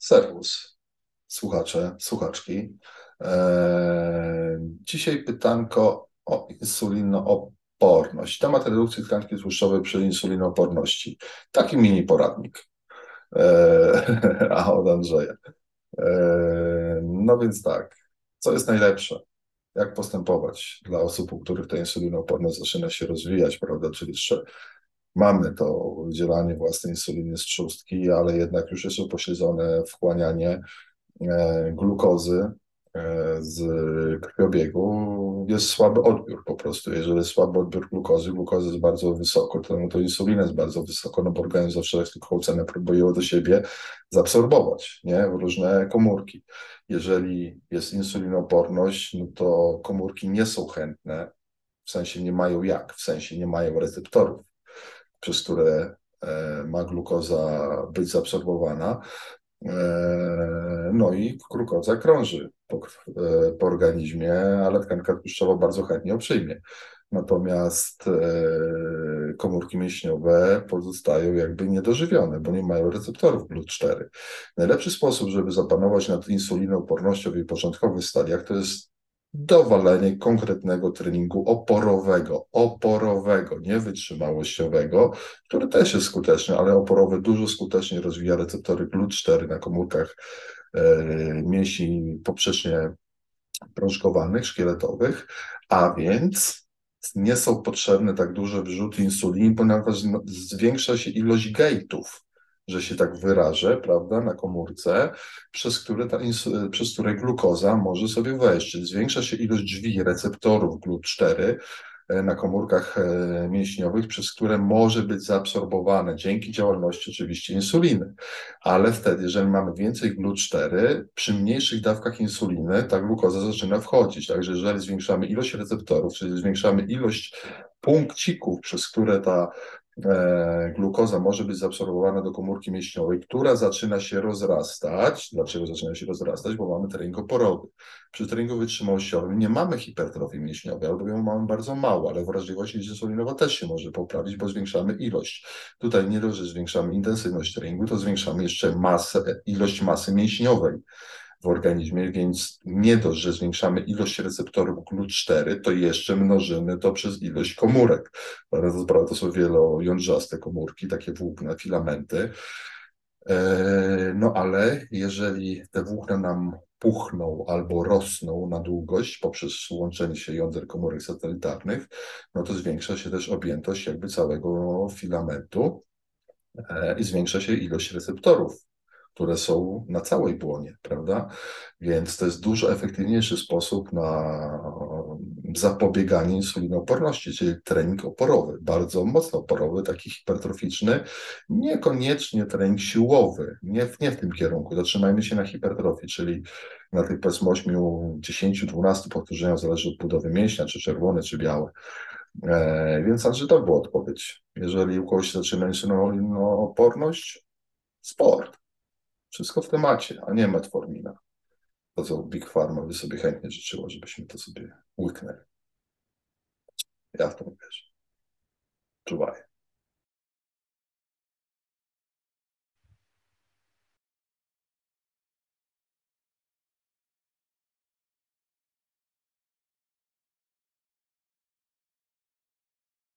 Serwus, słuchacze, słuchaczki. Dzisiaj pytanko o insulinooporność. Temat redukcji tkanki tłuszczowej przy insulinooporności. Taki mini poradnik. A od Andrzeja. No więc tak, co jest najlepsze? Jak postępować dla osób, u których ta insulinooporność zaczyna się rozwijać, prawda? Czyli jeszcze mamy to wydzielanie własnej insuliny z trzustki, ale jednak już jest upośledzone wchłanianie glukozy z krwiobiegu, jest słaby odbiór po prostu. Jeżeli jest słaby odbiór glukozy jest bardzo wysoko, to insulina jest bardzo wysoko, no bo organizm zawsze tylko cenę próbuje ją do siebie zaabsorbować, nie? W różne komórki. Jeżeli jest insulinooporność, no to komórki nie są chętne, w sensie nie mają jak, w sensie nie mają receptorów, przez które ma glukoza być zaabsorbowana. No i glukoza krąży po organizmie, ale tkanka tłuszczowa bardzo chętnie ją przyjmie. Natomiast komórki mięśniowe pozostają jakby niedożywione, bo nie mają receptorów GLUT4. Najlepszy sposób, żeby zapanować nad insulinoopornością w jej początkowych stadiach, to jest dowalenie konkretnego treningu oporowego, nie wytrzymałościowego, który też jest skuteczny, ale oporowy dużo skuteczniej rozwija receptory GLUT4 na komórkach mięśni poprzecznie prążkowanych, szkieletowych, a więc nie są potrzebne tak duże wrzuty insuliny, ponieważ zwiększa się ilość gate'ów, że się tak wyrażę, prawda, na komórce, przez które glukoza może sobie wejść, czyli zwiększa się ilość drzwi receptorów GLUT4 na komórkach mięśniowych, przez które może być zaabsorbowane dzięki działalności oczywiście insuliny. Ale wtedy, jeżeli mamy więcej GLUT4, przy mniejszych dawkach insuliny ta glukoza zaczyna wchodzić. Także jeżeli zwiększamy ilość receptorów, czyli zwiększamy ilość punkcików, przez które ta glukoza może być zaabsorbowana do komórki mięśniowej, która zaczyna się rozrastać. Dlaczego zaczyna się rozrastać? Bo mamy trening oporowy. Przy treningu wytrzymałościowym nie mamy hipertrofii mięśniowej, albo ją mamy bardzo mało, ale wrażliwość insulinowa też się może poprawić, bo zwiększamy ilość. Tutaj nie dość, że zwiększamy intensywność treningu, to zwiększamy jeszcze ilość masy mięśniowej w organizmie, więc nie dość, że zwiększamy ilość receptorów GLUT4, to jeszcze mnożymy to przez ilość komórek. To są wielojądrzaste komórki, takie włókna, filamenty. No ale jeżeli te włókna nam puchną albo rosną na długość poprzez łączenie się jąder komórek satelitarnych, no to zwiększa się też objętość jakby całego filamentu i zwiększa się ilość receptorów, które są na całej błonie, prawda? Więc to jest dużo efektywniejszy sposób na zapobieganie insulinooporności, czyli trening oporowy, bardzo mocno oporowy, taki hipertroficzny, niekoniecznie trening siłowy, nie w tym kierunku. Zatrzymajmy się na hipertrofii, czyli na tych powiedzmy 8, 10, 12 powtórzeniach, zależy od budowy mięśnia, czy czerwone, czy białe. Więc Andrzej, to była odpowiedź. Jeżeli u kogoś zaczyna insulinooporność, sport. Wszystko w temacie, a nie metformina. To, co Big Pharma by sobie chętnie życzyło, żebyśmy to sobie łyknęli. Ja w to wierzę. Czuwaj.